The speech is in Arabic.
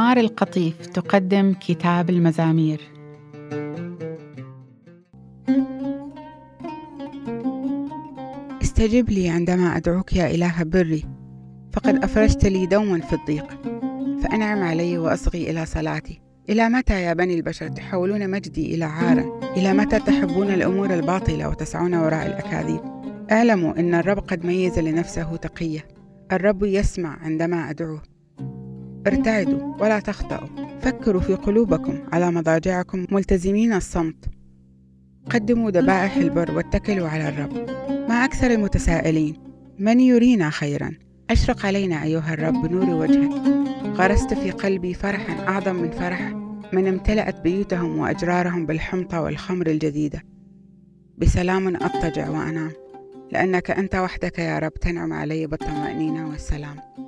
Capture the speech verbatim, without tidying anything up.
سمار القطيف تقدم كتاب المزامير. استجب لي عندما أدعوك يا إله بري، فقد أفرجت لي دوما في الضيق، فأنعم علي وأصغي إلى صلاتي. إلى متى يا بني البشر تحولون مجدي إلى عار؟ إلى متى تحبون الأمور الباطلة وتسعون وراء الأكاذيب؟ اعلموا إن الرب قد ميز لنفسه تقية، الرب يسمع عندما أدعوه. ارتعدوا ولا تخطئوا، فكروا في قلوبكم على مضاجعكم ملتزمين الصمت. قدموا ذبائح البر واتكلوا على الرب. ما أكثر المتسائلين، من يرينا خيرا؟ أشرق علينا أيها الرب بنور وجهك. غرست في قلبي فرحا أعظم من فرح من امتلأت بيوتهم وأجرارهم بالحمطة والخمر الجديدة. بسلام أضطجع وأنام، لأنك أنت وحدك يا رب تنعم علي بالطمأنينة والسلام.